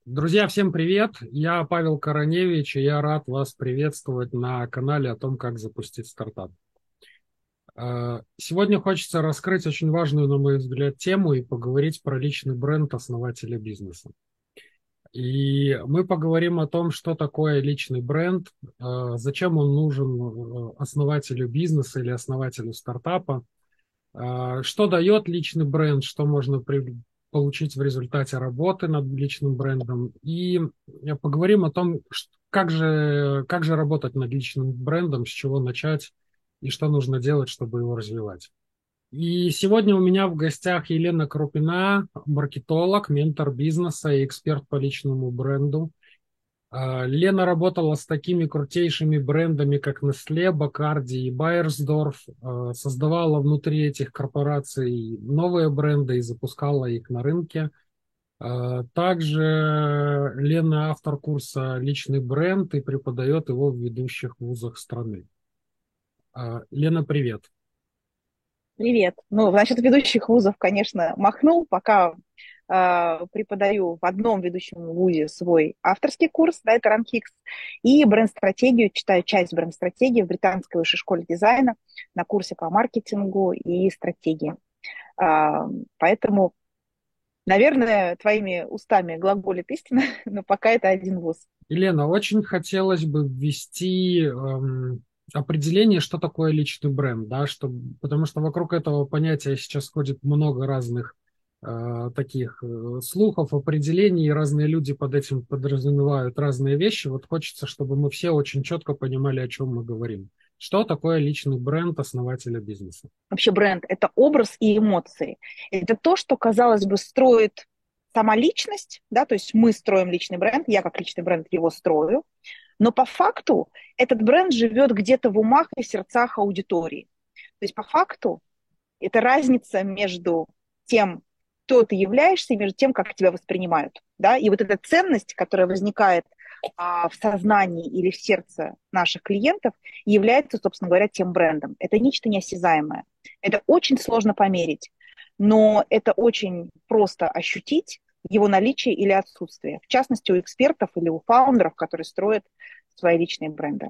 Друзья, всем привет! Я Павел Короневич, и я рад вас приветствовать на канале о том, как запустить стартап. Сегодня хочется раскрыть очень важную, на мой взгляд, тему и поговорить про личный бренд основателя бизнеса. И мы поговорим о том, что такое личный бренд, зачем он нужен основателю бизнеса или основателю стартапа, что дает личный бренд, что можно получить в результате работы над личным брендом. И поговорим о том, как же работать над личным брендом, с чего начать и что нужно делать, чтобы его развивать. И сегодня у меня в гостях Елена Крупина, маркетолог, ментор бизнеса и эксперт по личному бренду. Лена работала с такими крутейшими брендами, как Nestle, Bacardi и Байерсдорф, создавала внутри этих корпораций новые бренды и запускала их на рынке. Также Лена автор курса «Личный бренд» и преподает его в ведущих вузах страны. Лена, привет. Привет. Ну, насчет ведущих вузов, конечно, махнул, пока преподаю в одном ведущем вузе свой авторский курс, да, это РАНХИКС, и бренд-стратегию, читаю часть бренд-стратегии в Британской высшей школе дизайна на курсе по маркетингу и стратегии. А, Поэтому, наверное, твоими устами глаголит истина, но пока это один вуз. Елена, очень хотелось бы ввести определение, что такое личный бренд, да, потому что вокруг этого понятия сейчас ходит много разных таких слухов, определений, и разные люди под этим подразумевают разные вещи. Вот хочется, чтобы мы все очень четко понимали, о чем мы говорим. Что такое личный бренд основателя бизнеса? Вообще бренд– это образ и эмоции. Это то, что, казалось бы, строит сама личность, да, то есть мы строим личный бренд, я как личный бренд его строю, но по факту этот бренд живет где-то в умах и сердцах аудитории. То есть по факту это разница между тем, кто ты являешься, и между тем, как тебя воспринимают. Да? И вот эта ценность, которая возникает в сознании или в сердце наших клиентов, является, собственно говоря, тем брендом. Это нечто неосязаемое. Это очень сложно померить, но это очень просто ощутить его наличие или отсутствие. В частности, у экспертов или у фаундеров, которые строят свои личные бренды.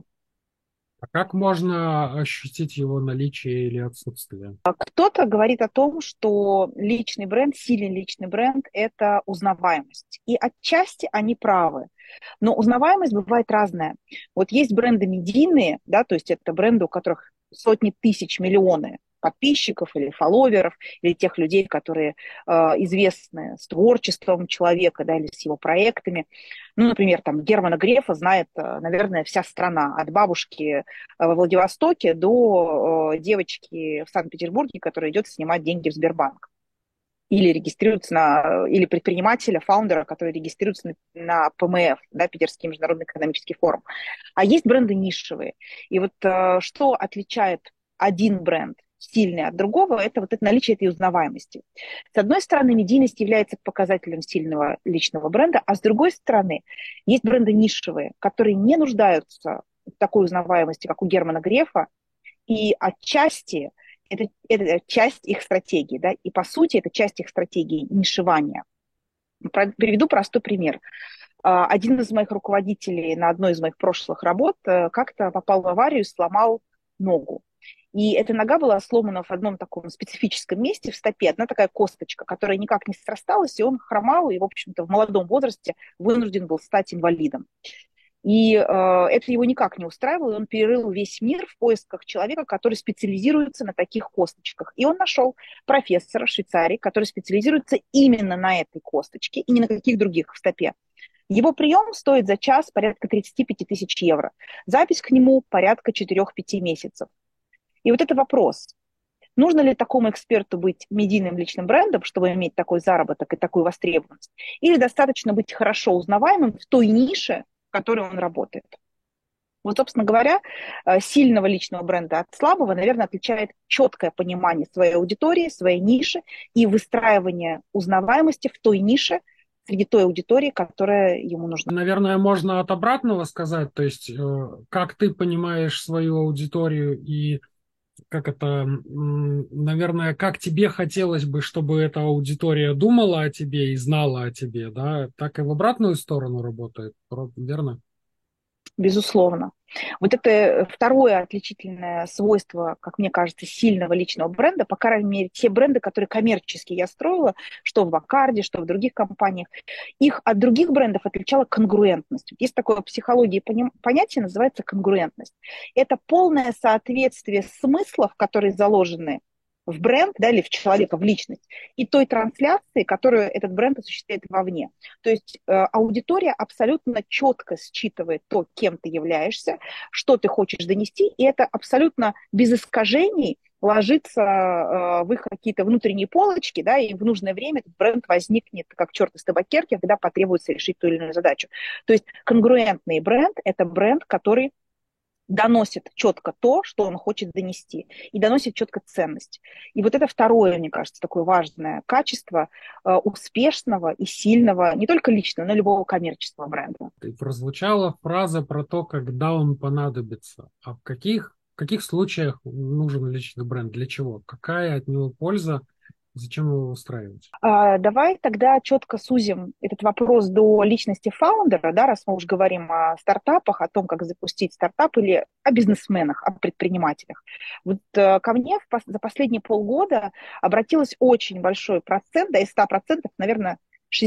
А как можно ощутить его наличие или отсутствие? Кто-то говорит о том, что личный бренд, сильный личный бренд– это узнаваемость. И отчасти они правы. Но узнаваемость бывает разная. Вот есть бренды медийные, да, то есть это бренды, у которых сотни тысяч, миллионы подписчиков или фолловеров, или тех людей, которые известны с творчеством человека, да, или с его проектами. Ну, например, там Германа Грефа знает, наверное, вся страна, от бабушки во Владивостоке до девочки в Санкт-Петербурге, которая идет снимать деньги в Сбербанк. Или регистрируется или предпринимателя, фаундера, который регистрируется на ПМФ, да, Питерский международный экономический форум. А есть бренды нишевые. И вот что отличает один бренд сильный от другого, это вот это наличие этой узнаваемости. С одной стороны, медийность является показателем сильного личного бренда, а с другой стороны, есть бренды нишевые, которые не нуждаются в такой узнаваемости, как у Германа Грефа, и отчасти это часть их стратегии, да, и по сути это часть их стратегии нишевания. Приведу простой пример. Один из моих руководителей на одной из моих прошлых работ как-то попал в аварию и сломал ногу. И эта нога была сломана в одном таком специфическом месте, в стопе, одна такая косточка, которая никак не срасталась, и он хромал, и, в общем-то, в молодом возрасте вынужден был стать инвалидом. И это его никак не устраивало, и он перерыл весь мир в поисках человека, который специализируется на таких косточках. И он нашел профессора в Швейцарии, который специализируется именно на этой косточке и ни на каких других в стопе. Его прием стоит за час порядка 35 тысяч евро. Запись к нему порядка 4-5 месяцев. И вот это вопрос. Нужно ли такому эксперту быть медийным личным брендом, чтобы иметь такой заработок и такую востребованность? Или достаточно быть хорошо узнаваемым в той нише, в которой он работает? Вот, собственно говоря, сильного личного бренда от слабого, наверное, отличает четкое понимание своей аудитории, своей ниши и выстраивание узнаваемости в той нише, среди той аудитории, которая ему нужна. Наверное, можно от обратного сказать, то есть как ты понимаешь свою аудиторию и как это, наверное, как тебе хотелось бы, чтобы эта аудитория думала о тебе и знала о тебе, да, так и в обратную сторону работает, верно? Безусловно. Вот это второе отличительное свойство, как мне кажется, сильного личного бренда, по крайней мере, те бренды, которые коммерчески я строила, что в Вакарде, что в других компаниях, их от других брендов отличала конгруентность. Есть такое в психологии понятие, называется конгруентность. Это полное соответствие смыслов, которые заложены в бренд, да, или в человека, в личность, и той трансляции, которую этот бренд осуществляет вовне. То есть аудитория абсолютно четко считывает то, кем ты являешься, что ты хочешь донести, и это абсолютно без искажений ложится в их какие-то внутренние полочки, да, и в нужное время этот бренд возникнет как черт из табакерки, когда потребуется решить ту или иную задачу. То есть конгруентный бренд – это бренд, который доносит четко то, что он хочет донести, и доносит четко ценность. И вот это второе, мне кажется, такое важное качество успешного и сильного, не только личного, но и любого коммерческого бренда. И прозвучала фраза про то, когда он понадобится. А в каких случаях нужен личный бренд? Для чего? Какая от него польза? Зачем его устраивать? Давай тогда четко сузим этот вопрос до личности фаундера, да, раз мы уже говорим о стартапах, о том, как запустить стартап, или о бизнесменах, о предпринимателях. Вот ко мне за последние полгода обратилось очень большой процент, да, из 100%, наверное,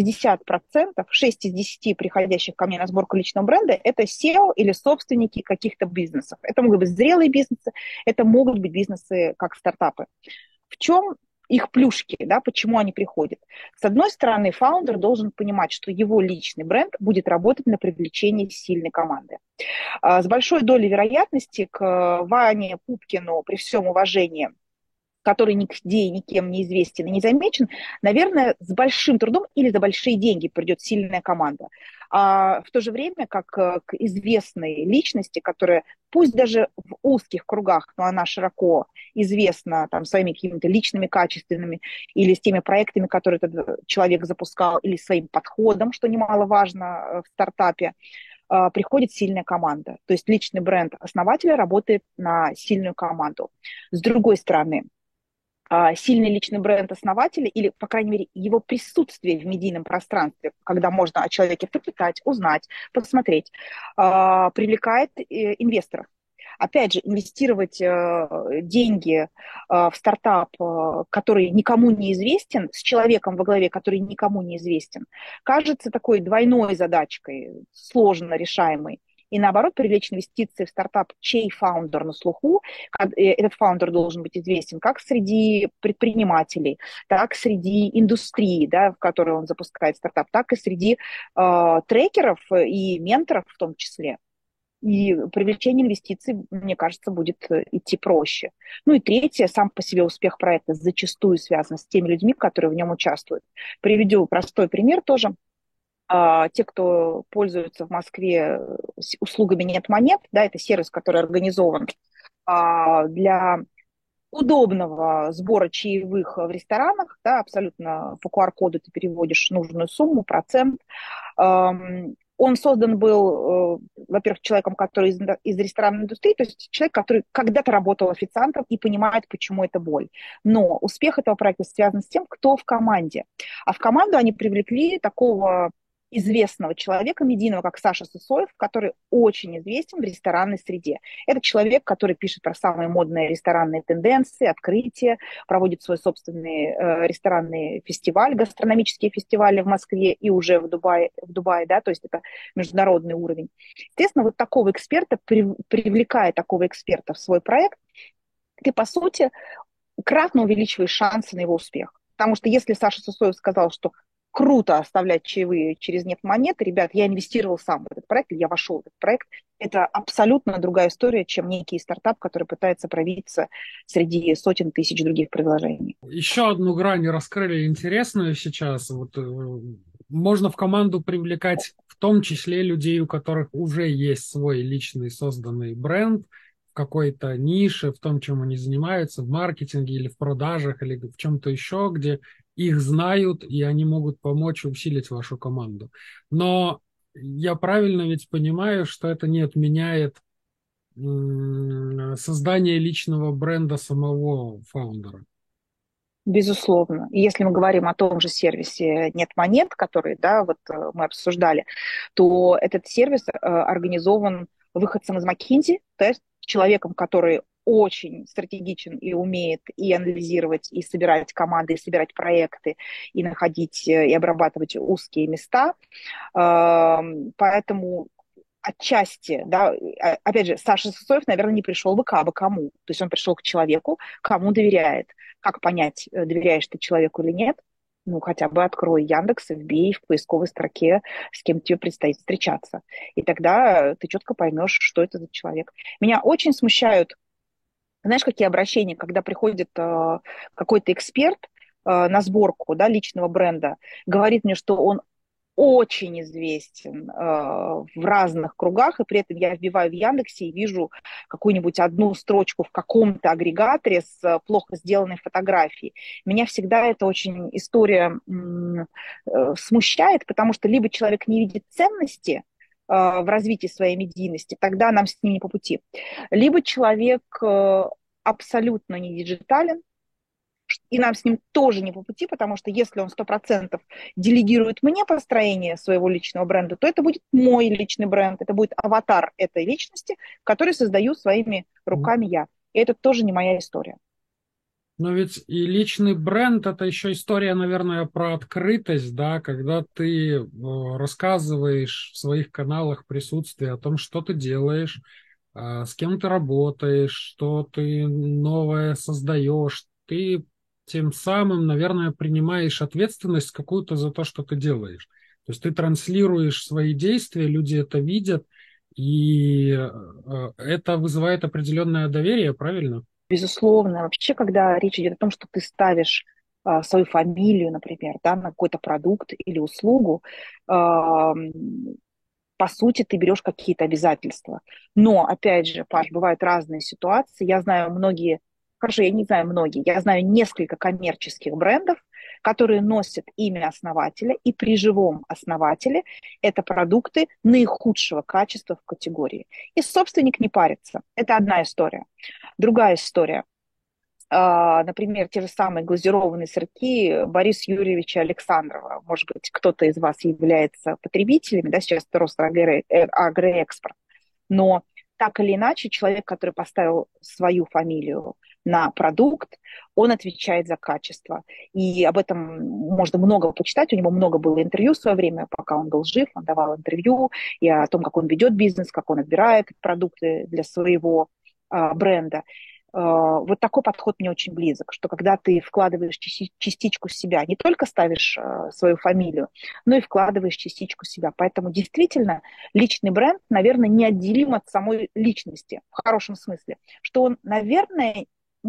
60%, 6 из 10 приходящих ко мне на сборку личного бренда, это SEO или собственники каких-то бизнесов. Это могут быть зрелые бизнесы, это могут быть бизнесы как стартапы. В чем их плюшки, да, почему они приходят. С одной стороны, фаундер должен понимать, что его личный бренд будет работать на привлечение сильной команды. С большой долей вероятности к Ване Пупкину, при всем уважении, который нигде и никем не известен и не замечен, наверное, с большим трудом или за большие деньги придет сильная команда. А в то же время, как к известной личности, которая, пусть даже в узких кругах, но она широко известна там, своими какими-то личными качествами или с теми проектами, которые этот человек запускал, или своим подходом, что немаловажно в стартапе, приходит сильная команда. То есть личный бренд основателя работает на сильную команду. С другой стороны, сильный личный бренд основателя или, по крайней мере, его присутствие в медийном пространстве, когда можно о человеке почитать, узнать, посмотреть, привлекает инвесторов. Опять же, инвестировать деньги в стартап, который никому не известен, с человеком во главе, который никому не известен, кажется такой двойной задачкой, сложно решаемой. И наоборот, привлечь инвестиции в стартап, чей фаундер на слуху, этот фаундер должен быть известен как среди предпринимателей, так среди индустрии, да, в которой он запускает стартап, так и среди трекеров и менторов в том числе. И привлечение инвестиций, мне кажется, будет идти проще. Ну и третье, сам по себе успех проекта зачастую связан с теми людьми, которые в нем участвуют. Приведу простой пример тоже. Те, кто пользуется в Москве услугами «Нет монет», да, это сервис, который организован для удобного сбора чаевых в ресторанах, да, абсолютно по QR-коду ты переводишь нужную сумму, процент. Он создан был, во-первых, человеком, который из ресторанной индустрии, то есть человек, который когда-то работал официантом и понимает, почему это боль. Но успех этого проекта связан с тем, кто в команде. А в команду они привлекли такого известного человека медийного, как Саша Сысоев, который очень известен в ресторанной среде. Это человек, который пишет про самые модные ресторанные тенденции, открытия, проводит свой собственный ресторанный фестиваль, гастрономические фестивали в Москве и уже в Дубае, да, то есть это международный уровень. Естественно, вот такого эксперта, привлекая такого эксперта в свой проект, ты, по сути, кратно увеличиваешь шансы на его успех. Потому что если Саша Сысоев сказал, что круто оставлять чаевые через нет монеты, ребят, я инвестировал сам в этот проект, или я вошел в этот проект, это абсолютно другая история, чем некий стартап, который пытается пробиться среди сотен тысяч других предложений. Еще одну грань раскрыли интересную сейчас. Вот, можно в команду привлекать в том числе людей, у которых уже есть свой личный созданный бренд в какой-то нише, в том, чем они занимаются, в маркетинге или в продажах, или в чем-то еще, где их знают, и они могут помочь усилить вашу команду. Но я правильно ведь понимаю, что это не отменяет создание личного бренда самого фаундера. Безусловно. И если мы говорим о том же сервисе «Нет монет», который, да, вот мы обсуждали, то этот сервис организован выходцем из McKinsey, то есть человеком, который очень стратегичен и умеет и анализировать, и собирать команды, и собирать проекты, и находить, и обрабатывать узкие места. Поэтому отчасти, да, опять же, Саша Сысоев, наверное, не пришел бы к абы кому. То есть он пришел к человеку, кому доверяет. Как понять, доверяешь ты человеку или нет? Ну, хотя бы открой Яндекс и вбей в поисковой строке, с кем тебе предстоит встречаться. И тогда ты четко поймешь, что это за человек. Меня очень смущают, знаешь, какие обращения, когда приходит какой-то эксперт на сборку, да, личного бренда, говорит мне, что он очень известен в разных кругах, и при этом я вбиваю в Яндексе и вижу какую-нибудь одну строчку в каком-то агрегаторе с плохо сделанной фотографией. Меня всегда эта очень история смущает, потому что либо человек не видит ценности в развитии своей медийности, тогда нам с ним не по пути. Либо человек абсолютно не диджитален, и нам с ним тоже не по пути, потому что если он 100% делегирует мне построение своего личного бренда, то это будет мой личный бренд, это будет аватар этой личности, который создаю своими руками я. И это тоже не моя история. Но ведь и личный бренд — это еще история, наверное, про открытость, да, когда ты рассказываешь в своих каналах присутствия о том, что ты делаешь, с кем ты работаешь, что ты новое создаешь. Ты тем самым, наверное, принимаешь ответственность какую-то за то, что ты делаешь. То есть ты транслируешь свои действия, люди это видят, и это вызывает определенное доверие, правильно? Безусловно, вообще, когда речь идет о том, что ты ставишь свою фамилию, например, да, на какой-то продукт или услугу, по сути, ты берешь какие-то обязательства. Но, опять же, Паш, бывают разные ситуации. Я знаю многие, хорошо, я не знаю многие, я знаю несколько коммерческих брендов, которые носят имя основателя, и при живом основателе это продукты наихудшего качества в категории. И собственник не парится. Это одна история. Другая история. Например, те же самые глазированные сырки Бориса Юрьевича Александрова. Может быть, кто-то из вас является потребителями, да, сейчас это агроэкспорт. Но так или иначе, человек, который поставил свою фамилию на продукт, он отвечает за качество. И об этом можно много почитать. У него много было интервью в свое время, пока он был жив. Он давал интервью и о том, как он ведет бизнес, как он отбирает продукты для своего бренда. Вот такой подход мне очень близок, что когда ты вкладываешь частичку себя, не только ставишь свою фамилию, но и вкладываешь частичку себя. Поэтому действительно личный бренд, наверное, неотделим от самой личности в хорошем смысле, что он, наверное,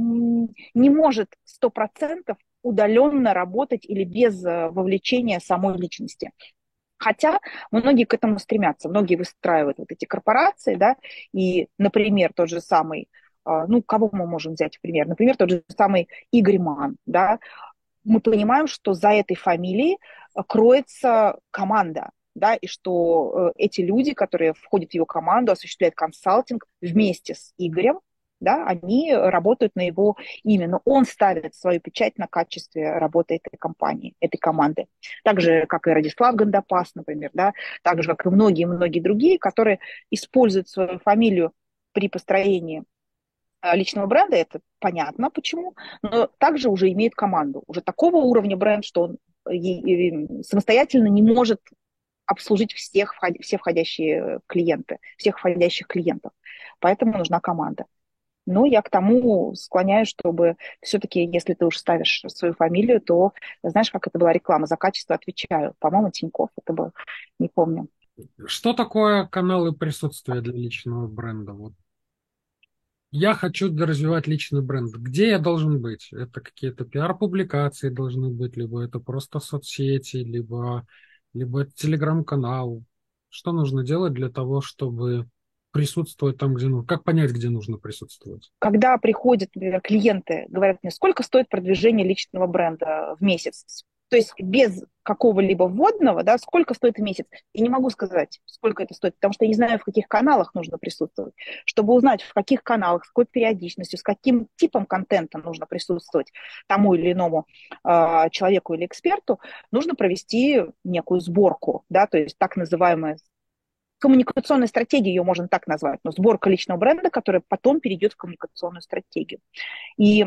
не может 100% удаленно работать или без вовлечения самой личности. Хотя многие к этому стремятся, многие выстраивают вот эти корпорации, да, и, например, тот же самый, ну, кого мы можем взять в пример? Например, тот же самый Игорь Ман, да, мы понимаем, что за этой фамилией кроется команда, да, и что эти люди, которые входят в его команду, осуществляют консалтинг вместе с Игорем, да, они работают на его имя, но он ставит свою печать на качестве работы этой компании, этой команды. Так же, как и Радислав Гандапас, например, да, так же, как и многие-многие другие, которые используют свою фамилию при построении личного бренда, это понятно почему, но также уже имеет команду. Уже такого уровня бренд, что он самостоятельно не может обслужить все входящие клиенты, всех входящих клиентов. Поэтому нужна команда. Но я к тому склоняюсь, чтобы все-таки, если ты уж ставишь свою фамилию, то знаешь, как это была реклама, за качество отвечаю. По-моему, Тинькофф это был, не помню. Что такое каналы присутствия для личного бренда? Вот я хочу развивать личный бренд. Где я должен быть? Это какие-то пиар-публикации должны быть, либо это просто соцсети, либо это телеграм-канал. Что нужно делать для того, чтобы присутствовать там, где нужно? Как понять, где нужно присутствовать? Когда приходят, например, клиенты, говорят мне, сколько стоит продвижение личного бренда в месяц? То есть без какого-либо вводного, да, сколько стоит в месяц. Я не могу сказать, сколько это стоит, потому что я не знаю, в каких каналах нужно присутствовать. Чтобы узнать, в каких каналах, с какой периодичностью, с каким типом контента нужно присутствовать тому или иному человеку или эксперту, нужно провести некую сборку, да, то есть так называемая коммуникационная стратегия, ее можно так назвать, но сборка личного бренда, которая потом перейдет в коммуникационную стратегию. И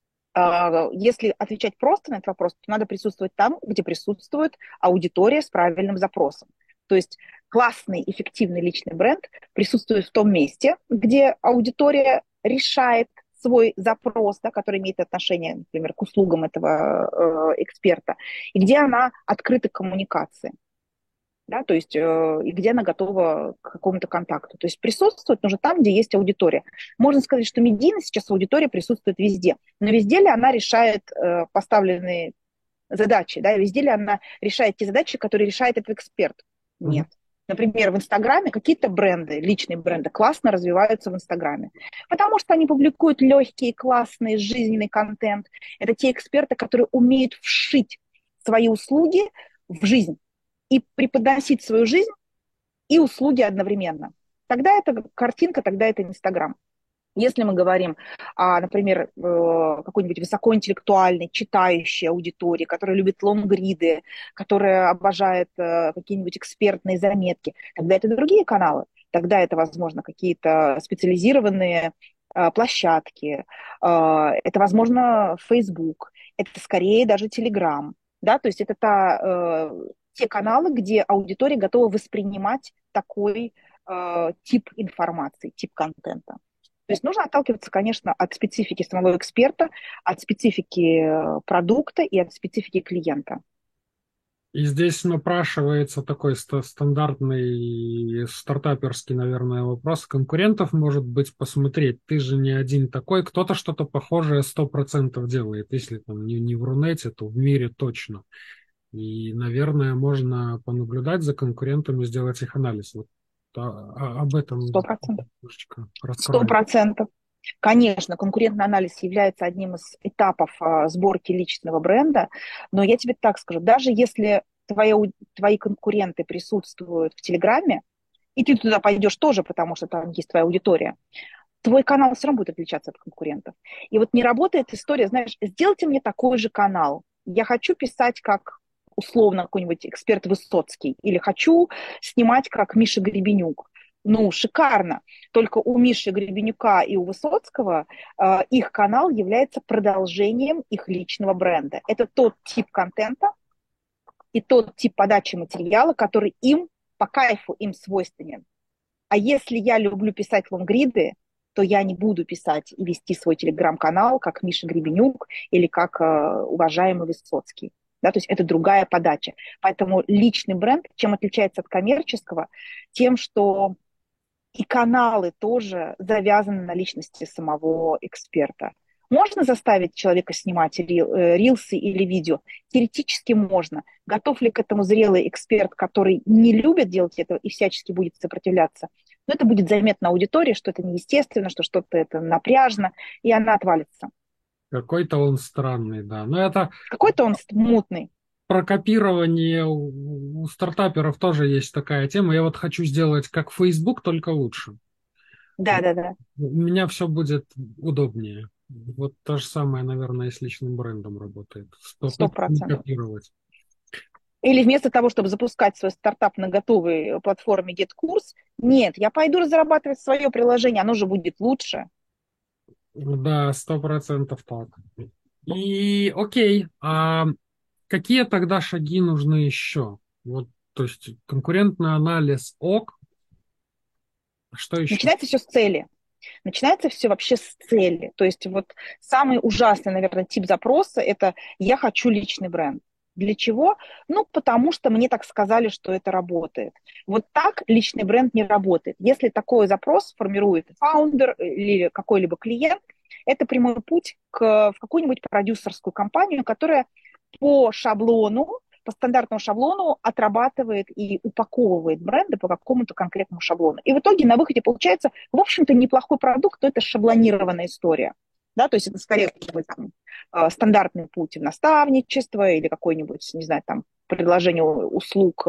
если отвечать просто на этот вопрос, то надо присутствовать там, где присутствует аудитория с правильным запросом. То есть классный, эффективный личный бренд присутствует в том месте, где аудитория решает свой запрос, да, который имеет отношение, например, к услугам этого эксперта, и где она открыта к коммуникации. Да, то есть, и где она готова к какому-то контакту. То есть присутствовать нужно там, где есть аудитория. Можно сказать, что медийно сейчас аудитория присутствует везде, но везде ли она решает поставленные задачи, да, везде ли она решает те задачи, которые решает этот эксперт? Нет. Например, в Инстаграме какие-то бренды, личные бренды, классно развиваются в Инстаграме, потому что они публикуют легкий, классный, жизненный контент. Это те эксперты, которые умеют вшить свои услуги в жизнь и преподносить свою жизнь и услуги одновременно. Тогда это картинка, тогда это Инстаграм. Если мы говорим о, например, какой-нибудь высокоинтеллектуальной, читающей аудитории, которая любит лонгриды, которая обожает какие-нибудь экспертные заметки, тогда это другие каналы. Тогда это, возможно, какие-то специализированные площадки, это, возможно, Facebook, это скорее даже Telegram. Да? То есть это те каналы, где аудитория готова воспринимать такой тип информации, тип контента. То есть нужно отталкиваться, конечно, от специфики самого эксперта, от специфики продукта и от специфики клиента. И здесь напрашивается такой стандартный стартаперский, наверное, вопрос. Конкурентов, может быть, посмотреть. Ты же не один такой. Кто-то что-то похожее 100% делает. Если там не в Рунете, то в мире точно. И, наверное, можно понаблюдать за конкурентами, сделать их анализ. Вот об этом 100%. немножечко 100%. раскроем. Конечно, конкурентный анализ является одним из этапов сборки личного бренда, но я тебе так скажу, даже если твои конкуренты присутствуют в Телеграме, и ты туда пойдешь тоже, потому что там есть твоя аудитория, твой канал все равно будет отличаться от конкурентов. И вот не работает история, знаешь, сделайте мне такой же канал. Я хочу писать как условно какой-нибудь эксперт Высоцкий, или хочу снимать как Миша Гребенюк. Ну, шикарно. Только у Миши Гребенюка и у Высоцкого их канал является продолжением их личного бренда. Это тот тип контента и тот тип подачи материала, который им по кайфу, им свойственен. А если я люблю писать лонгриды, то я не буду писать и вести свой телеграм-канал, как Миша Гребенюк или как уважаемый Высоцкий. Да, то есть это другая подача. Поэтому личный бренд, чем отличается от коммерческого, тем, что и каналы тоже завязаны на личности самого эксперта. Можно заставить человека снимать рилсы или видео? Теоретически можно. Готов ли к этому зрелый эксперт, который не любит делать этого и всячески будет сопротивляться? Но это будет заметно аудитории, что это неестественно, что что-то это напряжно, и она отвалится. Какой-то он странный, да. Но это Какой-то он мутный. про копирование у стартаперов тоже есть такая тема. Я вот хочу сделать как Facebook, только лучше. Да-да-да, У меня все будет удобнее. Вот то же самое, наверное, и с личным брендом работает. сто Попытка не процентов. копировать. Или вместо того, чтобы запускать свой стартап на готовой платформе GetCourse, нет, я пойду разрабатывать свое приложение, оно же будет лучше. Да, 100% так. И окей, а какие тогда шаги нужны еще? Вот, то есть конкурентный анализ ок, что еще? Начинается все с цели. Начинается все вообще с цели. То есть вот самый ужасный, наверное, тип запроса – это «я хочу личный бренд». Для чего? Ну, потому что мне так сказали, что это работает. Вот так личный бренд не работает. Если такой запрос формирует фаундер или какой-либо клиент, это прямой путь в какую-нибудь продюсерскую компанию, которая по шаблону, по стандартному шаблону отрабатывает и упаковывает бренды по какому-то конкретному шаблону. И в итоге на выходе получается, в общем-то, неплохой продукт, но это шаблонированная история. Да, то есть это скорее какой-нибудь там стандартный путь в наставничество или какой-нибудь, не знаю, там предложение услуг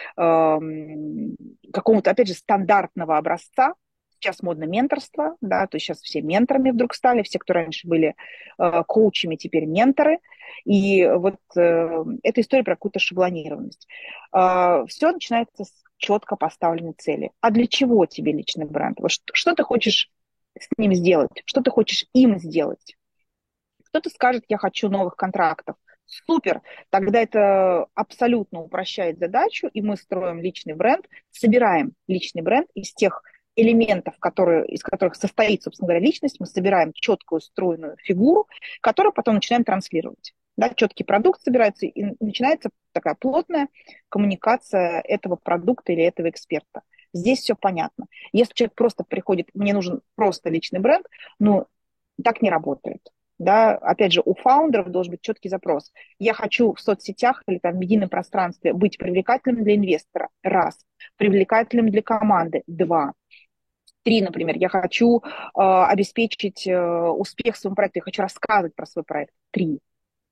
какого-то, опять же, стандартного образца. Сейчас модно менторство, да, то есть сейчас все менторами вдруг стали, все, кто раньше были коучами, теперь менторы. И вот эта история про какую-то шаблонированность. Все начинается с четко поставленной цели. А для чего тебе личный бренд? Вот что ты хочешь с ним сделать? Что ты хочешь им сделать? Кто-то скажет, я хочу новых контрактов. Супер, тогда это абсолютно упрощает задачу, и мы строим личный бренд, собираем личный бренд из тех элементов, из которых состоит, собственно говоря, личность, мы собираем четкую стройную фигуру, которую потом начинаем транслировать. Да, четкий продукт собирается, и начинается такая плотная коммуникация этого продукта или этого эксперта. Здесь все понятно. Если человек просто приходит, мне нужен просто личный бренд, ну, так не работает. Да, опять же, у фаундеров должен быть четкий запрос. Я хочу в соцсетях или там в медийном пространстве быть привлекательным для инвестора. Раз. Привлекательным для команды. Два. Три, например, я хочу обеспечить успех своему проекту, я хочу рассказывать про свой проект. Три.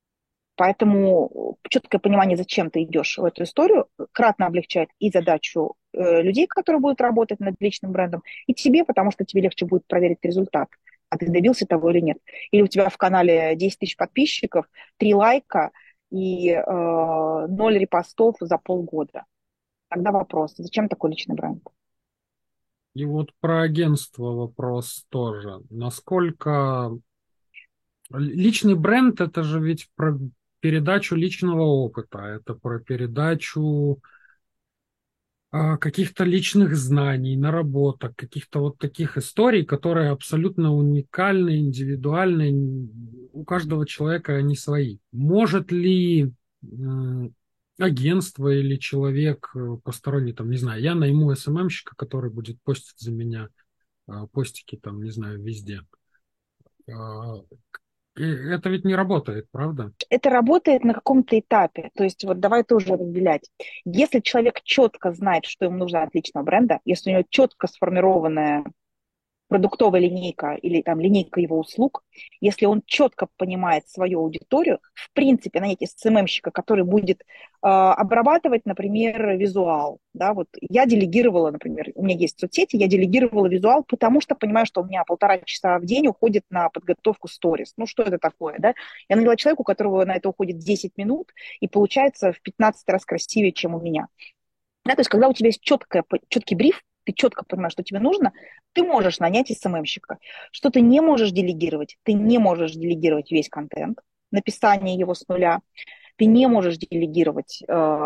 Поэтому четкое понимание, зачем ты идешь в эту историю, кратно облегчает и задачу людей, которые будут работать над личным брендом, и тебе, потому что тебе легче будет проверить результат, а ты добился того или нет. Или у тебя в канале 10 тысяч подписчиков, 3 лайка и 0 репостов за полгода. Тогда вопрос, зачем такой личный бренд? И вот про агентство вопрос тоже. Насколько личный бренд это же ведь про передачу личного опыта, это про передачу каких-то личных знаний, наработок, каких-то вот таких историй, которые абсолютно уникальны, индивидуальны, у каждого человека они свои. Может ли агентство или человек посторонний, там, не знаю, я найму СММщика, который будет постить за меня постики, там, не знаю, везде. А, и это ведь не работает, правда? Это работает на каком-то этапе. То есть вот давай тоже разделять. Если человек четко знает, что ему нужно от личного бренда, если у него четко сформированная продуктовая линейка или там линейка его услуг, если он четко понимает свою аудиторию, в принципе, нанять СММщика, который будет обрабатывать, например, визуал. Да, вот я делегировала, например, у меня есть соцсети, я делегировала визуал, потому что понимаю, что у меня 1,5 часа в день уходит на подготовку сторис. Ну, что это такое, да? Я наняла человека, у которого на это уходит 10 минут, и получается в 15 раз красивее, чем у меня. Да, то есть, когда у тебя есть четкий бриф, ты четко понимаешь, что тебе нужно, ты можешь нанять СММщика. Что ты не можешь делегировать? Ты не можешь делегировать весь контент, написание его с нуля. Ты не можешь делегировать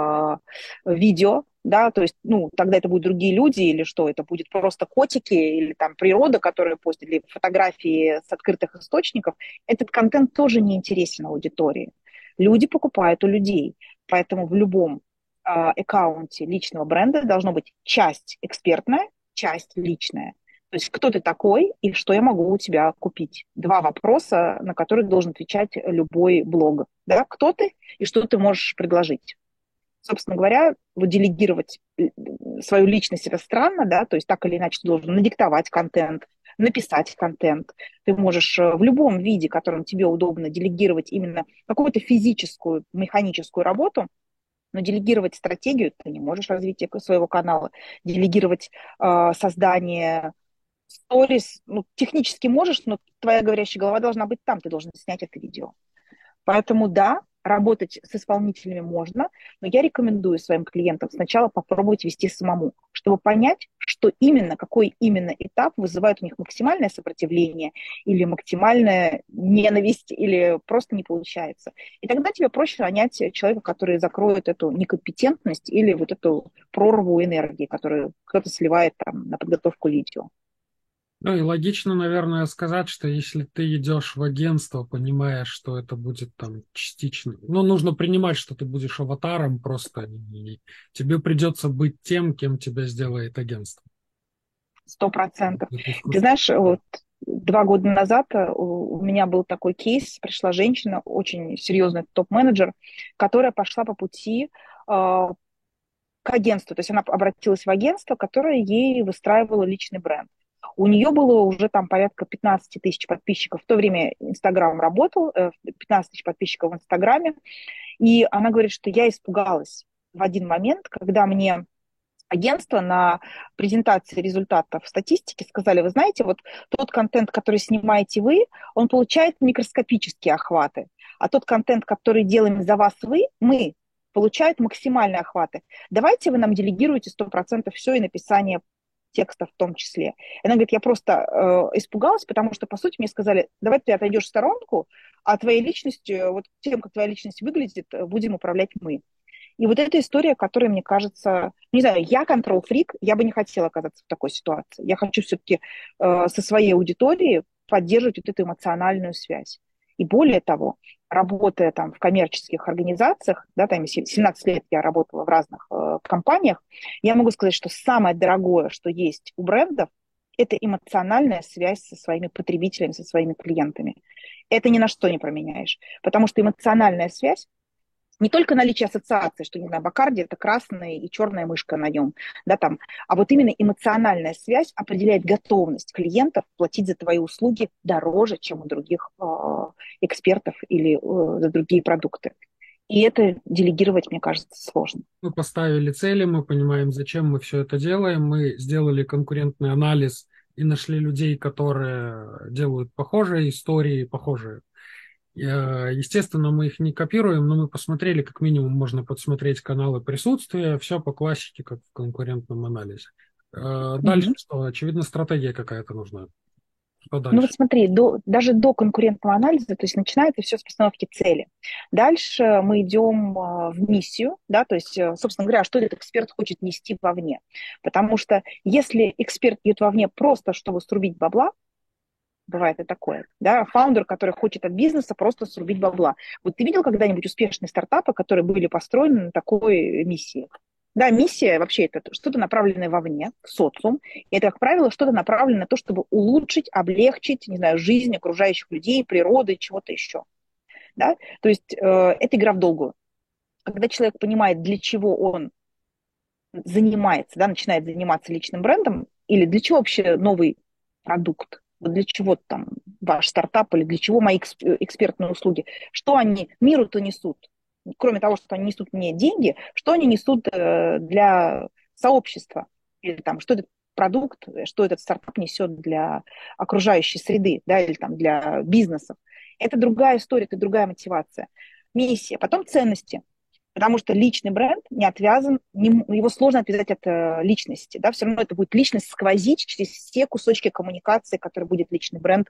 видео, да, то есть, ну, тогда это будут другие люди или что, это будет просто котики или там природа, которая постит, или фотографии с открытых источников. Этот контент тоже не интересен аудитории. Люди покупают у людей, поэтому в любом аккаунте личного бренда должно быть часть экспертная, часть личная. То есть кто ты такой и что я могу у тебя купить? Два вопроса, на которые должен отвечать любой блог. Да? Кто ты и что ты можешь предложить? Собственно говоря, вот делегировать свою личность это странно, да, то есть так или иначе ты должен надиктовать контент, написать контент. Ты можешь в любом виде, которым тебе удобно, делегировать именно какую-то физическую, механическую работу, но делегировать стратегию ты не можешь развития своего канала, делегировать создание сторис, ну, технически можешь, но твоя говорящая голова должна быть там, ты должен снять это видео. Поэтому да, работать с исполнителями можно, но я рекомендую своим клиентам сначала попробовать вести самому, чтобы понять, что именно, какой именно этап вызывает у них максимальное сопротивление или максимальная ненависть, или просто не получается. И тогда тебе проще нанять человека, который закроет эту некомпетентность или вот эту прорву энергии, которую кто-то сливает там на подготовку видео. Ну и логично, наверное, сказать, что если ты идешь в агентство, понимая, что это будет там частично, ну, нужно принимать, что ты будешь аватаром просто, и тебе придется быть тем, кем тебя сделает агентство. 100%. Это Ты искусство. знаешь, вот 2 года назад у меня был такой кейс, пришла женщина, очень серьезный топ-менеджер, которая пошла по пути к агентству, то есть она обратилась в агентство, которое ей выстраивало личный бренд. У нее было уже там порядка 15 тысяч подписчиков. В то время Инстаграм работал, 15 тысяч подписчиков в Инстаграме. И она говорит, что я испугалась в один момент, когда мне агентство на презентации результатов статистики сказали, вы знаете, вот тот контент, который снимаете вы, он получает микроскопические охваты, а тот контент, который делаем за вас мы, получает максимальные охваты. Давайте вы нам делегируете 100% все и написание текста в том числе. И она говорит, я просто испугалась, потому что, по сути, мне сказали, давай ты отойдешь в сторонку, а твоей личностью, вот тем, как твоя личность выглядит, будем управлять мы. И вот эта история, которая, мне кажется, не знаю, я контрол-фрик, я бы не хотела оказаться в такой ситуации. Я хочу все-таки со своей аудиторией поддерживать вот эту эмоциональную связь. И более того, работая там в коммерческих организациях, да, там 17 лет я работала в разных компаниях, я могу сказать, что самое дорогое, что есть у брендов, это эмоциональная связь со своими потребителями, со своими клиентами. Это ни на что не променяешь, потому что эмоциональная связь не только наличие ассоциации, что, не знаю, Бакарди– это красная и черная мышка на нем, да, там, а вот именно эмоциональная связь определяет готовность клиентов платить за твои услуги дороже, чем у других экспертов или за другие продукты. И это делегировать, мне кажется, сложно. Мы поставили цели, мы понимаем, зачем мы все это делаем, мы сделали конкурентный анализ и нашли людей, которые делают похожие истории, похожие. Естественно, мы их не копируем, но мы посмотрели, как минимум можно подсмотреть каналы присутствия, все по классике, как в конкурентном анализе. Дальше Мгм. что? Очевидно, стратегия какая-то нужна. Что Ну вот дальше? смотри, даже до конкурентного анализа, то есть начинается все с постановки цели. Дальше мы идем в миссию, да, то есть, собственно говоря, что этот эксперт хочет нести вовне. Потому что если эксперт идет вовне просто, чтобы срубить бабла, бывает и такое, да, фаундер, который хочет от бизнеса просто срубить бабла. Вот ты видел когда-нибудь успешные стартапы, которые были построены на такой миссии? Да, миссия вообще это что-то направленное вовне, в социум. И это, как правило, что-то направленное на то, чтобы улучшить, облегчить, не знаю, жизнь окружающих людей, природы, чего-то еще. Да? То есть это игра в долгую. Когда человек понимает, для чего он занимается, да, начинает заниматься личным брендом, или для чего вообще новый продукт, вот для чего там ваш стартап, или для чего мои экспертные услуги, что они миру-то несут, кроме того, что они несут мне деньги, что они несут для сообщества, или там, что этот продукт, что этот стартап несет для окружающей среды, да, или там для бизнесов. Это другая история, это другая мотивация. Миссия, потом ценности. Потому что личный бренд не отвязан, его сложно отвязать от личности. Да? Все равно это будет личность сквозить через все кусочки коммуникации, которые будет личный бренд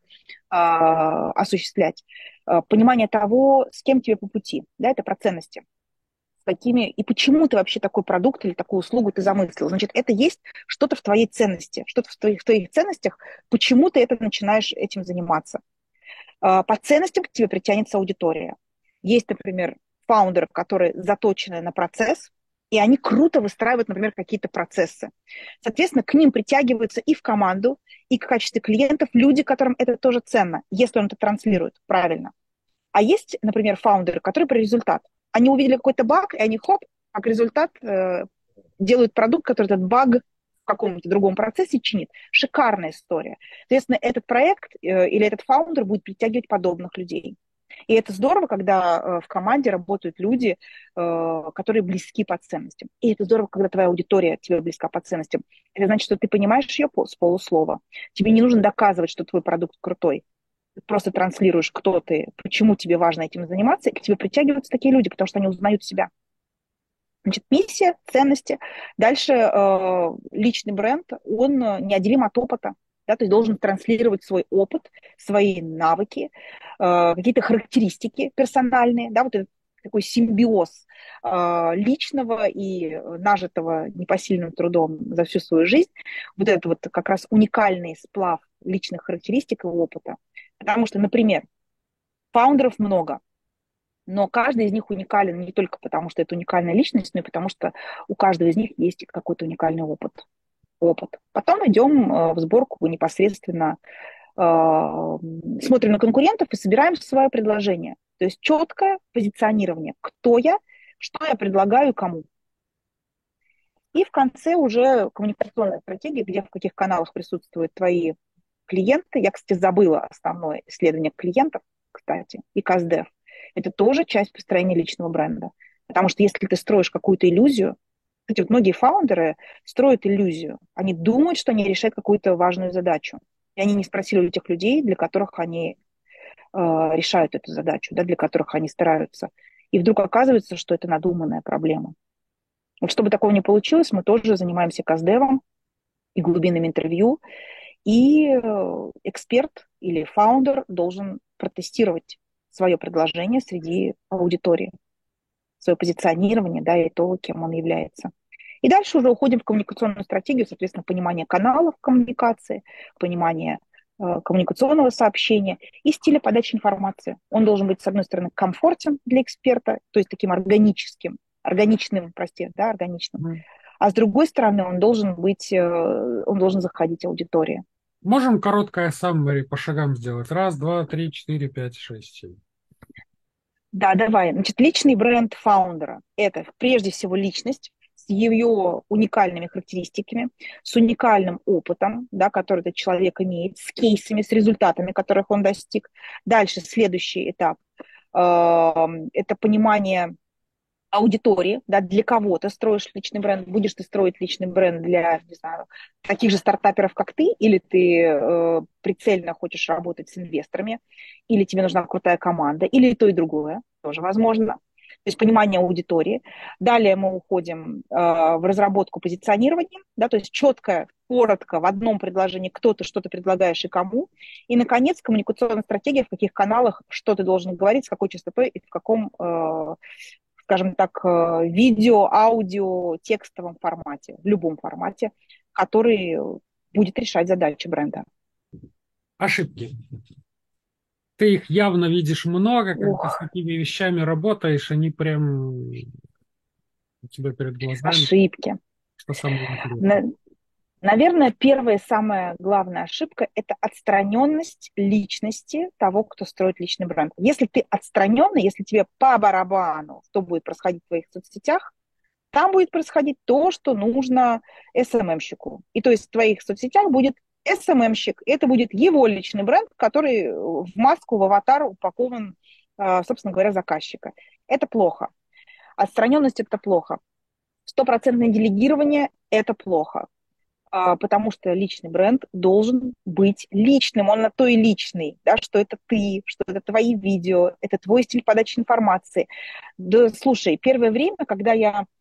осуществлять. Понимание того, с кем тебе по пути. Да? Это про ценности. С какими, и почему ты вообще такой продукт или такую услугу ты замыслил. Значит, это есть что-то в твоей ценности, что-то в твоих ценностях, почему ты это начинаешь этим заниматься. По ценностям к тебе притянется аудитория. Есть, например, фаундеры, которые заточены на процесс, и они круто выстраивают, например, какие-то процессы. Соответственно, к ним притягиваются и в команду, и в качестве клиентов люди, которым это тоже ценно, если он это транслирует правильно. А есть, например, фаундеры, которые про результат. Они увидели какой-то баг, и они хоп, как результат делают продукт, который этот баг в каком-то другом процессе чинит. Шикарная история. Соответственно, этот проект или этот фаундер будет притягивать подобных людей. И это здорово, когда в команде работают люди, которые близки по ценностям. И это здорово, когда твоя аудитория тебе близка по ценностям. Это значит, что ты понимаешь ее с полуслова. Тебе не нужно доказывать, что твой продукт крутой. Ты просто транслируешь, кто ты, почему тебе важно этим заниматься, и к тебе притягиваются такие люди, потому что они узнают себя. Значит, миссия, ценности. Дальше личный бренд, он неотделим от опыта. Да, то есть должен транслировать свой опыт, свои навыки, какие-то характеристики персональные, да, вот этот такой симбиоз личного и нажитого непосильным трудом за всю свою жизнь, вот этот вот как раз уникальный сплав личных характеристик и опыта. Потому что, например, фаундеров много, но каждый из них уникален не только потому, что это уникальная личность, но и потому, что у каждого из них есть какой-то уникальный опыт. Потом идем в сборку непосредственно, смотрим на конкурентов и собираем свое предложение. То есть четкое позиционирование. Кто я, что я предлагаю кому. И в конце уже коммуникационная стратегия, где в каких каналах присутствуют твои клиенты. Я, кстати, забыла основное исследование клиентов, кстати, и КСДФ. Это тоже часть построения личного бренда. Потому что если ты строишь какую-то иллюзию, кстати, вот многие фаундеры строят иллюзию. Они думают, что они решают какую-то важную задачу. И они не спросили у тех людей, для которых они решают эту задачу, да, для которых они стараются. И вдруг оказывается, что это надуманная проблема. Вот чтобы такого не получилось, мы тоже занимаемся каздевом и глубинным интервью. И эксперт или фаундер должен протестировать свое предложение среди аудитории, свое позиционирование, да, и то, кем он является. И дальше уже уходим в коммуникационную стратегию, соответственно, понимание каналов коммуникации, понимание коммуникационного сообщения и стиля подачи информации. Он должен быть, с одной стороны, комфортен для эксперта, то есть таким органичным, прости, да, органичным. А с другой стороны, он должен заходить аудитории. Можем короткое саммари по шагам сделать? Раз, два, три, четыре, пять, шесть, семь. Да, давай. Значит, личный бренд фаундера – это прежде всего личность с ее уникальными характеристиками, с уникальным опытом, да, который этот человек имеет, с кейсами, с результатами, которых он достиг. Дальше следующий этап это понимание аудитории, да, для кого ты строишь личный бренд, будешь ты строить личный бренд для, не знаю, таких же стартаперов, как ты, или ты прицельно хочешь работать с инвесторами, или тебе нужна крутая команда, или и то, и другое, тоже возможно. То есть понимание аудитории. Далее мы уходим в разработку позиционирования, да, то есть четко, коротко, в одном предложении, кто ты, что ты предлагаешь и кому. И, наконец, коммуникационная стратегия, в каких каналах, что ты должен говорить, с какой частотой и в каком скажем так, видео, аудио, текстовом формате, в любом формате, который будет решать задачи бренда. Ошибки. Ты их явно видишь много, когда с Ух, такими вещами работаешь, они прям у тебя перед глазами, ошибки. что самое интересное. На- Наверное, первая самая главная ошибка – это отстраненность личности того, кто строит личный бренд. Если ты отстраненный, если тебе по барабану, что будет происходить в твоих соцсетях, там будет происходить то, что нужно СММщику. И то есть в твоих соцсетях будет СММщик. Это будет его личный бренд, который в маску, в аватар упакован, собственно говоря, заказчика. Это плохо. Отстраненность – это плохо. Стопроцентное делегирование – это плохо. Потому что личный бренд должен быть личным, он на то и личный, да, что это ты, что это твои видео, это твой стиль подачи информации. Да, слушай, первое время, когда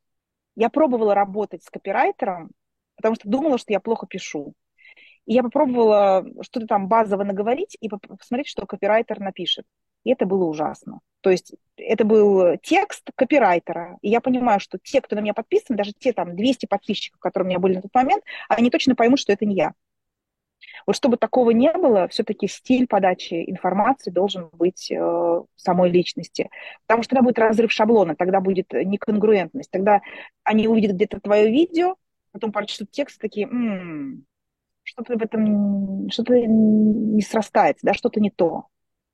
я пробовала работать с копирайтером, потому что думала, что я плохо пишу. И я попробовала что-то там базово наговорить и посмотреть, что копирайтер напишет. И это было ужасно. То есть это был текст копирайтера. И я понимаю, что те, кто на меня подписан, даже те там 200 подписчиков, которые у меня были на тот момент, они точно поймут, что это не я. Вот чтобы такого не было, все-таки стиль подачи информации должен быть самой личности. Потому что тогда будет разрыв шаблона, тогда будет неконгруентность. Тогда они увидят где-то твое видео, потом прочтут текст, такие, что-то в этом, что-то не срастается, да, что-то не то.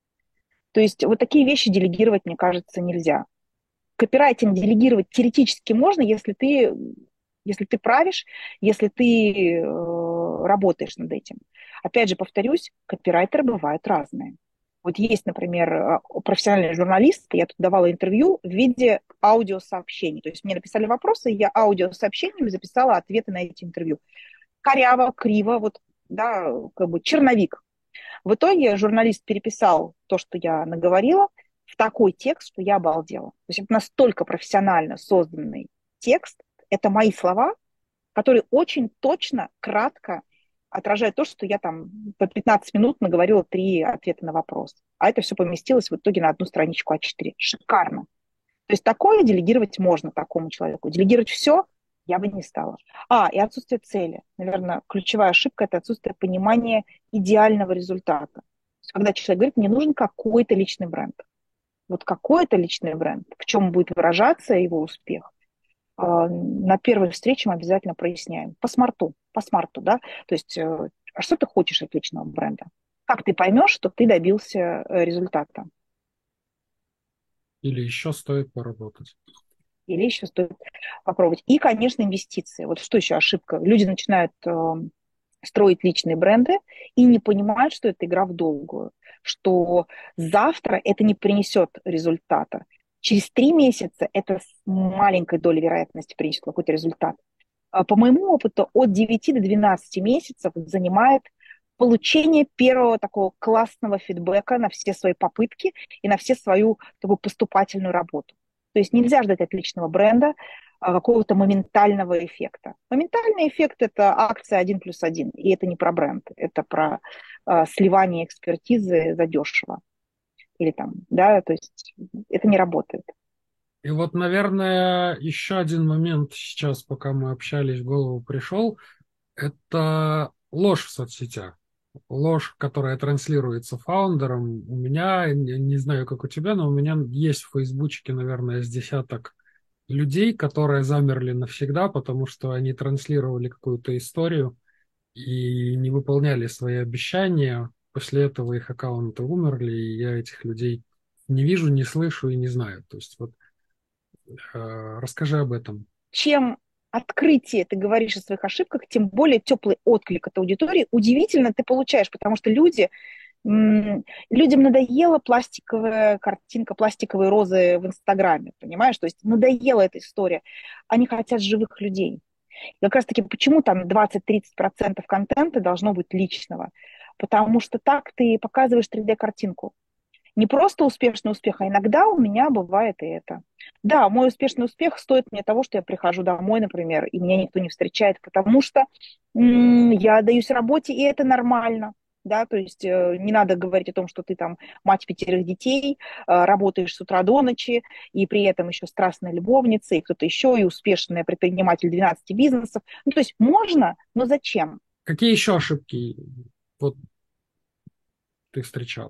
То есть вот такие вещи делегировать, мне кажется, нельзя. Копирайтинг делегировать теоретически можно, если ты правишь, если ты работаешь над этим. Опять же, повторюсь, копирайтеры бывают разные. Вот есть, например, профессиональные журналисты, я тут давала интервью в виде аудиосообщений. То есть мне написали вопросы, я аудиосообщениями записала ответы на эти интервью. Коряво, криво, вот, да, как бы черновик. В итоге журналист переписал то, что я наговорила, в такой текст, что я обалдела. То есть это настолько профессионально созданный текст, это мои слова, которые очень точно, кратко отражают то, что я там по 15 минут наговорила 3 ответа на вопрос. А это все поместилось в итоге на одну страничку А4. Шикарно. То есть такое делегировать можно такому человеку. Делегировать все я бы не стала. И отсутствие цели. Наверное, ключевая ошибка – это отсутствие понимания идеального результата. То есть, когда человек говорит, мне нужен какой-то личный бренд. Вот какой-то личный бренд, в чем будет выражаться его успех, на первой встрече мы обязательно проясняем. По смарту, да. То есть, а что ты хочешь от личного бренда? Как ты поймешь, что ты добился результата? Или еще стоит поработать. или еще стоит попробовать. И, конечно, инвестиции. Вот что еще ошибка? Люди начинают строить личные бренды и не понимают, что это игра в долгую, что завтра это не принесет результата. Через 3 месяца это с маленькой долей вероятности принесет какой-то результат. По моему опыту, от 9 до 12 месяцев занимает получение первого такого классного фидбэка на все свои попытки и на все свою такую поступательную работу. То есть нельзя ждать от личного бренда какого-то моментального эффекта. Моментальный эффект – это акция 1+1, и это не про бренд, это про сливание экспертизы задешево. Или там, да, то есть это не работает. И вот, наверное, еще один момент сейчас, пока мы общались, в голову пришел, это ложь в соцсетях. Ложь, которая транслируется фаундером. У меня, не знаю, как у тебя, но у меня есть в Фейсбучке, наверное, с десяток людей, которые замерли навсегда, потому что они транслировали какую-то историю и не выполняли свои обещания. После этого их аккаунты умерли, и я этих людей не вижу, не слышу и не знаю. То есть вот расскажи об этом. Чем открытие ты говоришь о своих ошибках, тем более теплый отклик от аудитории удивительно ты получаешь, потому что людям надоела пластиковая картинка, пластиковые розы в Инстаграме, понимаешь? То есть надоела эта история. Они хотят живых людей. И как раз-таки почему там 20-30% контента должно быть личного? Потому что так ты показываешь 3D-картинку. Не просто успешный успех, а иногда у меня бывает и это. Да, мой успешный успех стоит мне того, что я прихожу домой, например, и меня никто не встречает, потому что я отдаюсь работе, и это нормально. Да, то есть не надо говорить о том, что ты там мать 5 детей, работаешь с утра до ночи, и при этом еще страстная любовница, и кто-то еще, и успешный предприниматель 12 бизнесов. Ну, то есть можно, но зачем? Какие еще ошибки вот ты встречал?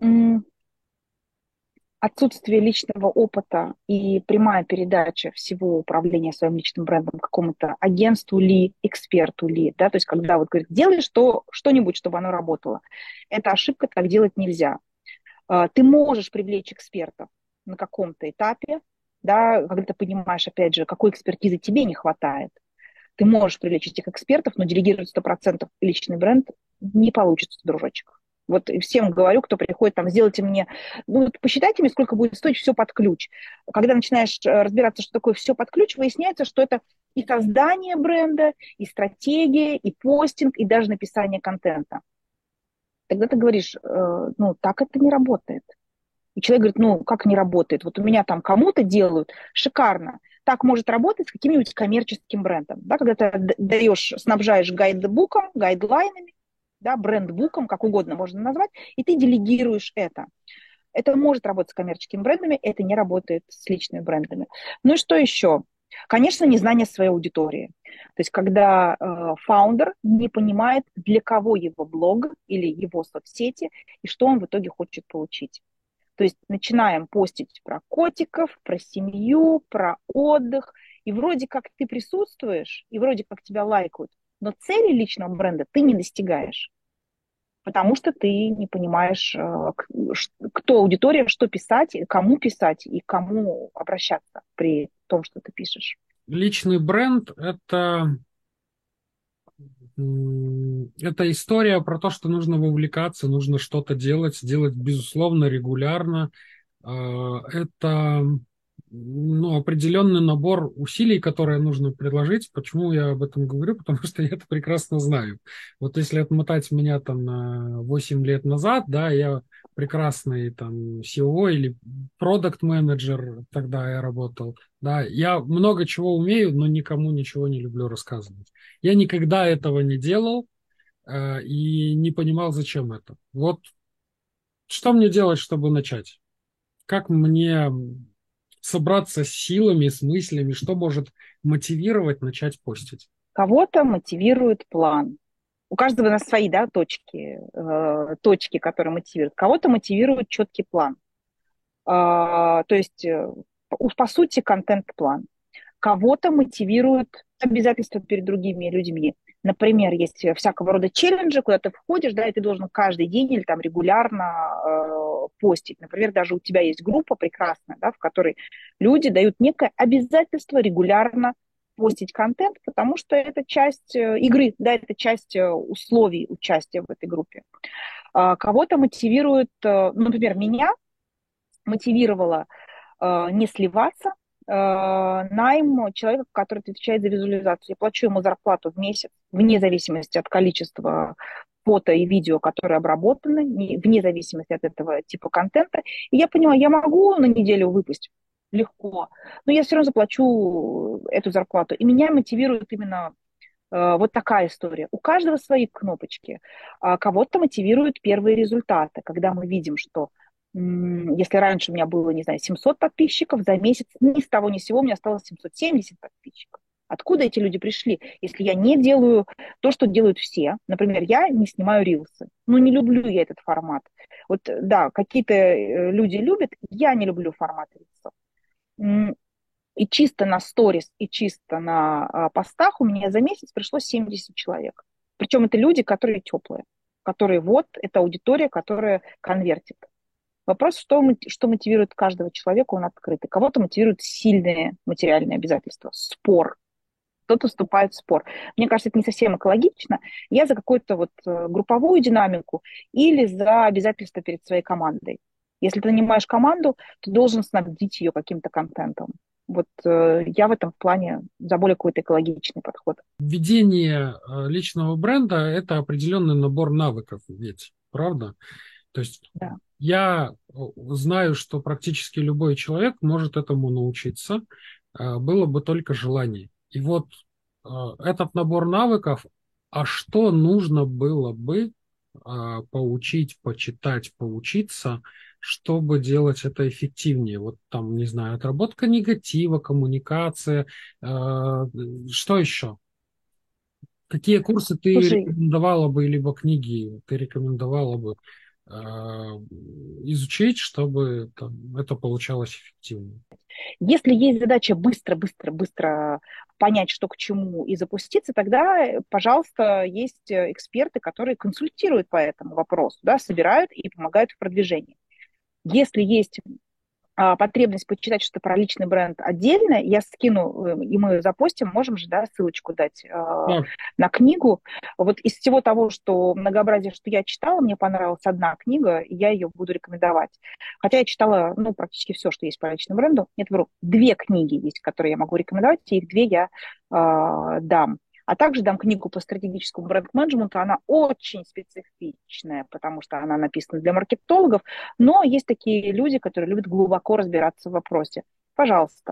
Отсутствие личного опыта и прямая передача всего управления своим личным брендом какому-то агентству ли, эксперту ли, да, то есть когда вот говорит, делай что-нибудь, чтобы оно работало. Это ошибка, так делать нельзя. Ты можешь привлечь экспертов на каком-то этапе, да, когда ты понимаешь, опять же, какой экспертизы тебе не хватает. Ты можешь привлечь этих экспертов, но делегировать 100% личный бренд не получится, дружочек. Вот и всем говорю, кто приходит, там, сделайте мне, ну, вот посчитайте мне, сколько будет стоить все под ключ. Когда начинаешь разбираться, что такое все под ключ, выясняется, что это и создание бренда, и стратегия, и постинг, и даже написание контента. Тогда ты говоришь, ну, так это не работает. И человек говорит, ну, как не работает? Вот у меня там кому-то делают, шикарно. Так может работать с каким-нибудь коммерческим брендом. Да, когда ты даешь, снабжаешь гайдбуком, гайдлайнами, да, брендбуком, как угодно можно назвать, и ты делегируешь это. Это может работать с коммерческими брендами, это не работает с личными брендами. Ну и что еще? Конечно, незнание своей аудитории. То есть, когда фаундер не понимает, для кого его блог или его соцсети, и что он в итоге хочет получить. То есть начинаем постить про котиков, про семью, про отдых. И вроде как ты присутствуешь, и вроде как тебя лайкают, но цели личного бренда ты не достигаешь, потому что ты не понимаешь, кто аудитория, что писать, кому писать и кому обращаться при том, что ты пишешь. Личный бренд это история про то, что нужно вовлекаться, нужно что-то делать, безусловно, регулярно. Это ну, определенный набор усилий, которые нужно предложить. Почему я об этом говорю? Потому что я это прекрасно знаю. Вот если отмотать меня там на 8 лет назад, да, я прекрасный там SEO или продакт-менеджер, тогда я работал. Да, я много чего умею, но никому ничего не люблю рассказывать. Я никогда этого не делал и не понимал, зачем это. Вот что мне делать, чтобы начать? Как мне собраться с силами, с мыслями, что может мотивировать начать постить? Кого-то мотивирует план. У каждого на свои, да, точки, которые мотивируют. Кого-то мотивирует четкий план. То есть, по сути, контент-план. Кого-то мотивирует обязательства перед другими людьми. Например, есть всякого рода челленджи, куда ты входишь, да, и ты должен каждый день или там регулярно постить. Например, даже у тебя есть группа прекрасная, да, в которой люди дают некое обязательство регулярно постить контент, потому что это часть игры, да, это часть условий участия в этой группе. Кого-то мотивирует, ну, например, меня мотивировало не сливаться, найм человека, который отвечает за визуализацию. Я плачу ему зарплату в месяц, вне зависимости от количества фото и видео, которые обработаны, вне зависимости от этого типа контента. И я понимаю, я могу на неделю выпустить легко, но я все равно заплачу эту зарплату. И меня мотивирует именно вот такая история. У каждого свои кнопочки. Кого-то мотивируют первые результаты, когда мы видим, что если раньше у меня было, не знаю, 700 подписчиков, за месяц ни с того ни с сего у меня осталось 770 подписчиков. Откуда эти люди пришли, если я не делаю то, что делают все? Например, я не снимаю рилсы. Ну, не люблю я этот формат. Вот, да, какие-то люди любят, я не люблю формат рилсов. И чисто на сторис, и чисто на постах у меня за месяц пришло 70 человек. Причем это люди, которые теплые, которые вот, это аудитория, которая конвертит. Вопрос, что мотивирует каждого человека, он открытый. Кого-то мотивируют сильные материальные обязательства, спор. Кто-то вступает в спор. Мне кажется, это не совсем экологично. Я за какую-то вот групповую динамику или за обязательства перед своей командой. Если ты нанимаешь команду, ты должен снабдить ее каким-то контентом. Вот я в этом плане за более какой-то экологичный подход. Введение личного бренда – это определенный набор навыков, ведь, правда? То есть Да. я знаю, что практически любой человек может этому научиться, было бы только желание. И вот этот набор навыков, а что нужно было бы поучить, почитать, поучиться, чтобы делать это эффективнее? Вот там, не знаю, отработка негатива, коммуникация, что еще? Какие курсы ты Слушай, рекомендовала бы, либо книги ты рекомендовала бы э, изучить, чтобы там, это получалось эффективно? если есть задача быстро понять, что к чему, и запуститься, тогда, пожалуйста, есть эксперты, которые консультируют по этому вопросу, да, собирают и помогают в продвижении. Если есть потребность почитать что-то про личный бренд отдельно, я скину, и мы запостим, можем же, да, ссылочку дать Так, на книгу. Вот из всего того, что многообразие, что я читала, мне понравилась одна книга, и я ее буду рекомендовать. Хотя я читала, ну, практически все, что есть по личному бренду. Нет, вру, две книги есть, которые я могу рекомендовать, и их две я дам. А также дам книгу по стратегическому бренд-менеджменту. Она очень специфичная, потому что она написана для маркетологов, но есть такие люди, которые любят глубоко разбираться в вопросе. Пожалуйста,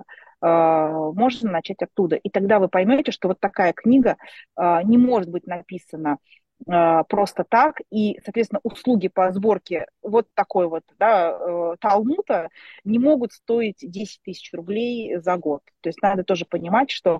можно начать оттуда. И тогда вы поймете, что вот такая книга не может быть написана просто так, и, соответственно, услуги по сборке вот такой вот, да, талмуда не могут стоить 10 тысяч рублей за год. То есть надо тоже понимать, что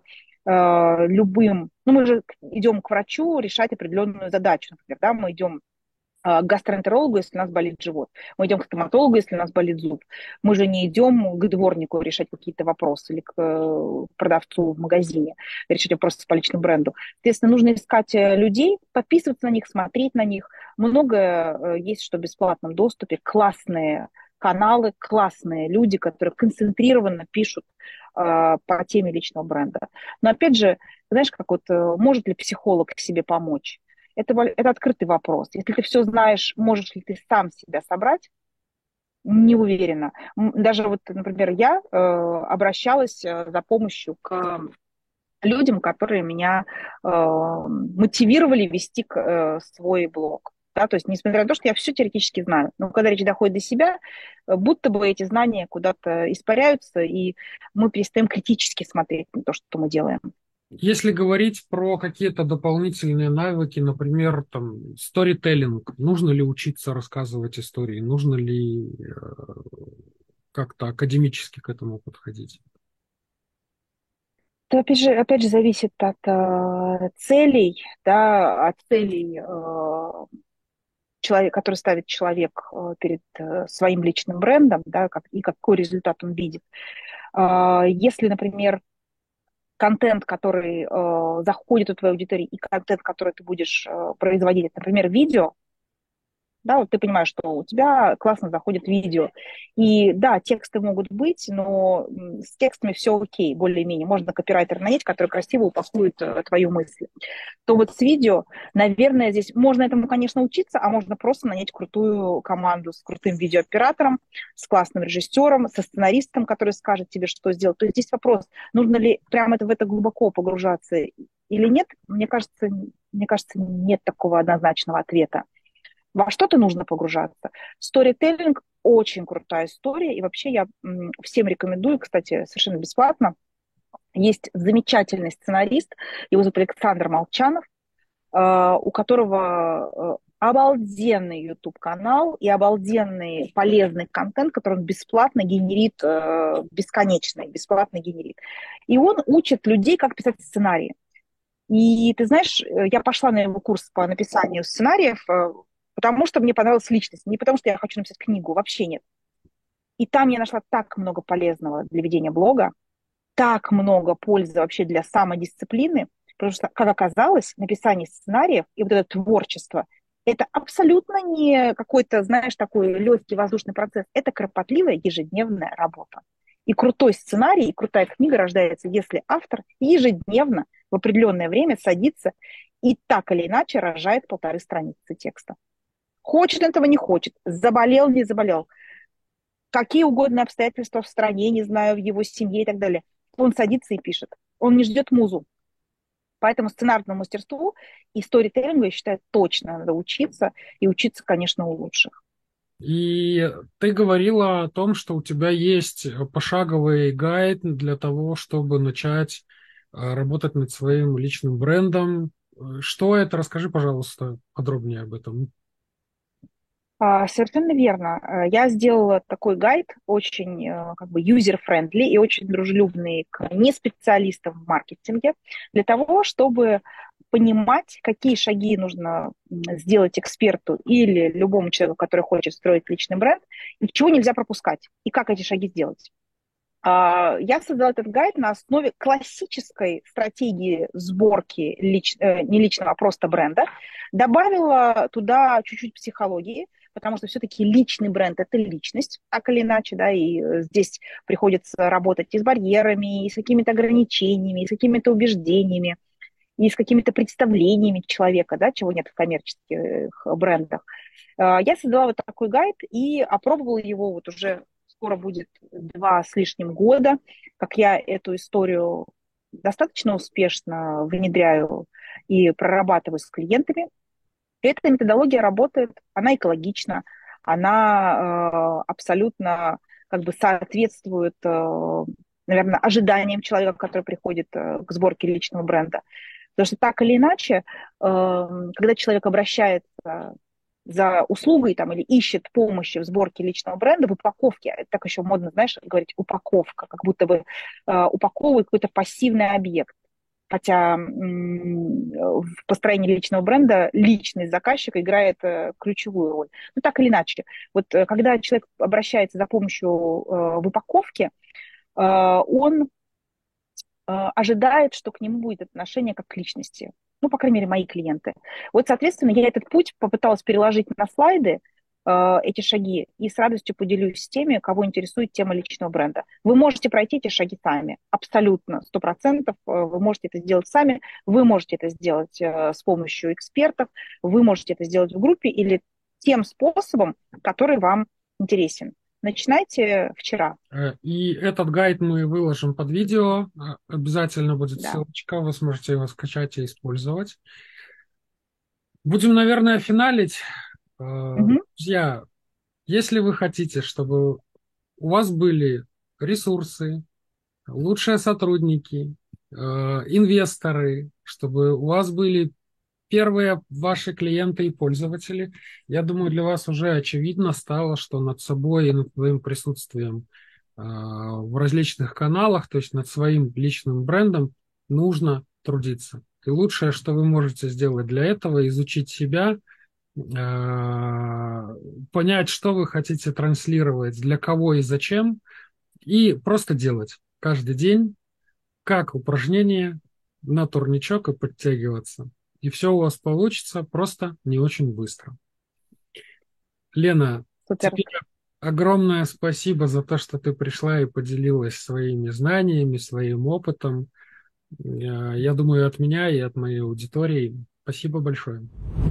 любым, ну мы же идем к врачу решать определенную задачу, например, да, мы идем к гастроэнтерологу, если у нас болит живот. Мы идем к стоматологу, если у нас болит зуб. Мы же не идем к дворнику решать какие-то вопросы или к продавцу в магазине решать вопросы по личному бренду. Соответственно, нужно искать людей, подписываться на них, смотреть на них. Много есть, что в бесплатном доступе. Классные каналы, классные люди, которые концентрированно пишут по теме личного бренда. Но опять же, знаешь, как вот может ли психолог себе помочь? Это открытый вопрос. Если ты все знаешь, можешь ли ты сам себя собрать, не уверена. Даже вот, например, я обращалась за помощью к людям, которые меня мотивировали вести свой блог. Да, то есть, несмотря на то, что я все теоретически знаю, но когда речь доходит до себя, будто бы эти знания куда-то испаряются, и мы перестаем критически смотреть на то, что мы делаем. если говорить про какие-то дополнительные навыки, например, там, сторителлинг, нужно ли учиться рассказывать истории, нужно ли как-то академически к этому подходить? Это опять же зависит от целей, да, от целей, человек, который ставит человек перед своим личным брендом, да, и какой результат он видит. Если, например, контент, который заходит у твоей аудитории, и контент, который ты будешь производить, например, видео, да, вот ты понимаешь, что у тебя классно заходит видео. И да, тексты могут быть, но с текстами все окей, более-менее. Можно копирайтер нанять, который красиво упакует твою мысль. То вот с видео, наверное, здесь можно этому, конечно, учиться, а можно просто нанять крутую команду с крутым видеооператором, с классным режиссером, со сценаристом, который скажет тебе, что сделать. То есть здесь вопрос, нужно ли прямо в это глубоко погружаться или нет. Мне кажется, нет такого однозначного ответа. Во что-то нужно погружаться. Сторителлинг очень крутая история, и вообще я всем рекомендую, кстати, совершенно бесплатно. Есть замечательный сценарист, его зовут Александр Молчанов, у которого обалденный YouTube-канал и обалденный полезный контент, который он бесплатно генерит, бесплатно генерит. И он учит людей, как писать сценарии. И ты знаешь, я пошла на его курс по написанию сценариев, потому что мне понравилась личность, не потому что я хочу написать книгу, вообще нет. И там я нашла так много полезного для ведения блога, так много пользы вообще для самодисциплины, потому что, как оказалось, написание сценариев и вот это творчество, это абсолютно не какой-то, знаешь, такой легкий воздушный процесс, это кропотливая ежедневная работа. И крутой сценарий, и крутая книга рождается, если автор ежедневно в определенное время садится и так или иначе рожает 1,5 страницы текста. Хочет он этого, не хочет, заболел, не заболел, какие угодно обстоятельства в стране, не знаю, в его семье и так далее. Он садится и пишет. Он не ждет музу. Поэтому сценарному мастерству и сторителлингу, я считаю, точно надо учиться. И учиться, конечно, у лучших. И ты говорила о том, что у тебя есть пошаговый гайд для того, чтобы начать работать над своим личным брендом. Что это? Расскажи, пожалуйста, подробнее об этом. Совершенно верно. Я сделала такой гайд, очень как бы user-friendly и очень дружелюбный к неспециалистам в маркетинге, для того, чтобы понимать, какие шаги нужно сделать эксперту или любому человеку, который хочет строить личный бренд, и чего нельзя пропускать, и как эти шаги сделать. Я создала этот гайд на основе классической стратегии сборки не личного, а просто бренда. Добавила туда чуть-чуть психологии, потому что все-таки личный бренд – это личность, так или иначе, да, и здесь приходится работать и с барьерами, и с какими-то ограничениями, и с какими-то убеждениями, и с какими-то представлениями человека, да, чего нет в коммерческих брендах. Я создала вот такой гайд и опробовала его вот уже скоро будет 2 с лишним года, как я эту историю достаточно успешно внедряю и прорабатываю с клиентами. Эта методология работает, она экологична, она абсолютно как бы соответствует, наверное, ожиданиям человека, который приходит к сборке личного бренда. Потому что так или иначе, когда человек обращается за услугой там, или ищет помощи в сборке личного бренда, в упаковке, это так еще модно, знаешь, говорить упаковка, как будто бы упаковывает какой-то пассивный объект. Хотя в построении личного бренда личность заказчика играет ключевую роль. Ну, так или иначе. Вот когда человек обращается за помощью в упаковке, он ожидает, что к нему будет отношение как к личности. Ну, по крайней мере, мои клиенты. Вот, соответственно, я этот путь попыталась переложить на слайды, эти шаги, и с радостью поделюсь с теми, кого интересует тема личного бренда. Вы можете пройти эти шаги сами, абсолютно, 100%. Вы можете это сделать сами, вы можете это сделать с помощью экспертов, вы можете это сделать в группе или тем способом, который вам интересен. Начинайте вчера. И этот гайд мы выложим под видео. Обязательно будет Да. ссылочка, вы сможете его скачать и использовать. Будем, наверное, финалить. Мгм. Друзья, если вы хотите, чтобы у вас были ресурсы, лучшие сотрудники, инвесторы, чтобы у вас были первые ваши клиенты и пользователи, я думаю, для вас уже очевидно стало, что над собой и над своим присутствием в различных каналах, то есть над своим личным брендом, нужно трудиться. И лучшее, что вы можете сделать для этого, изучить себя, понять, что вы хотите транслировать, для кого и зачем, и просто делать каждый день, как упражнение на турничок и подтягиваться. И все у вас получится, просто не очень быстро. Лена, Супер. тебе огромное спасибо за то, что ты пришла и поделилась своими знаниями, своим опытом. Я думаю, от меня и от моей аудитории. Спасибо большое.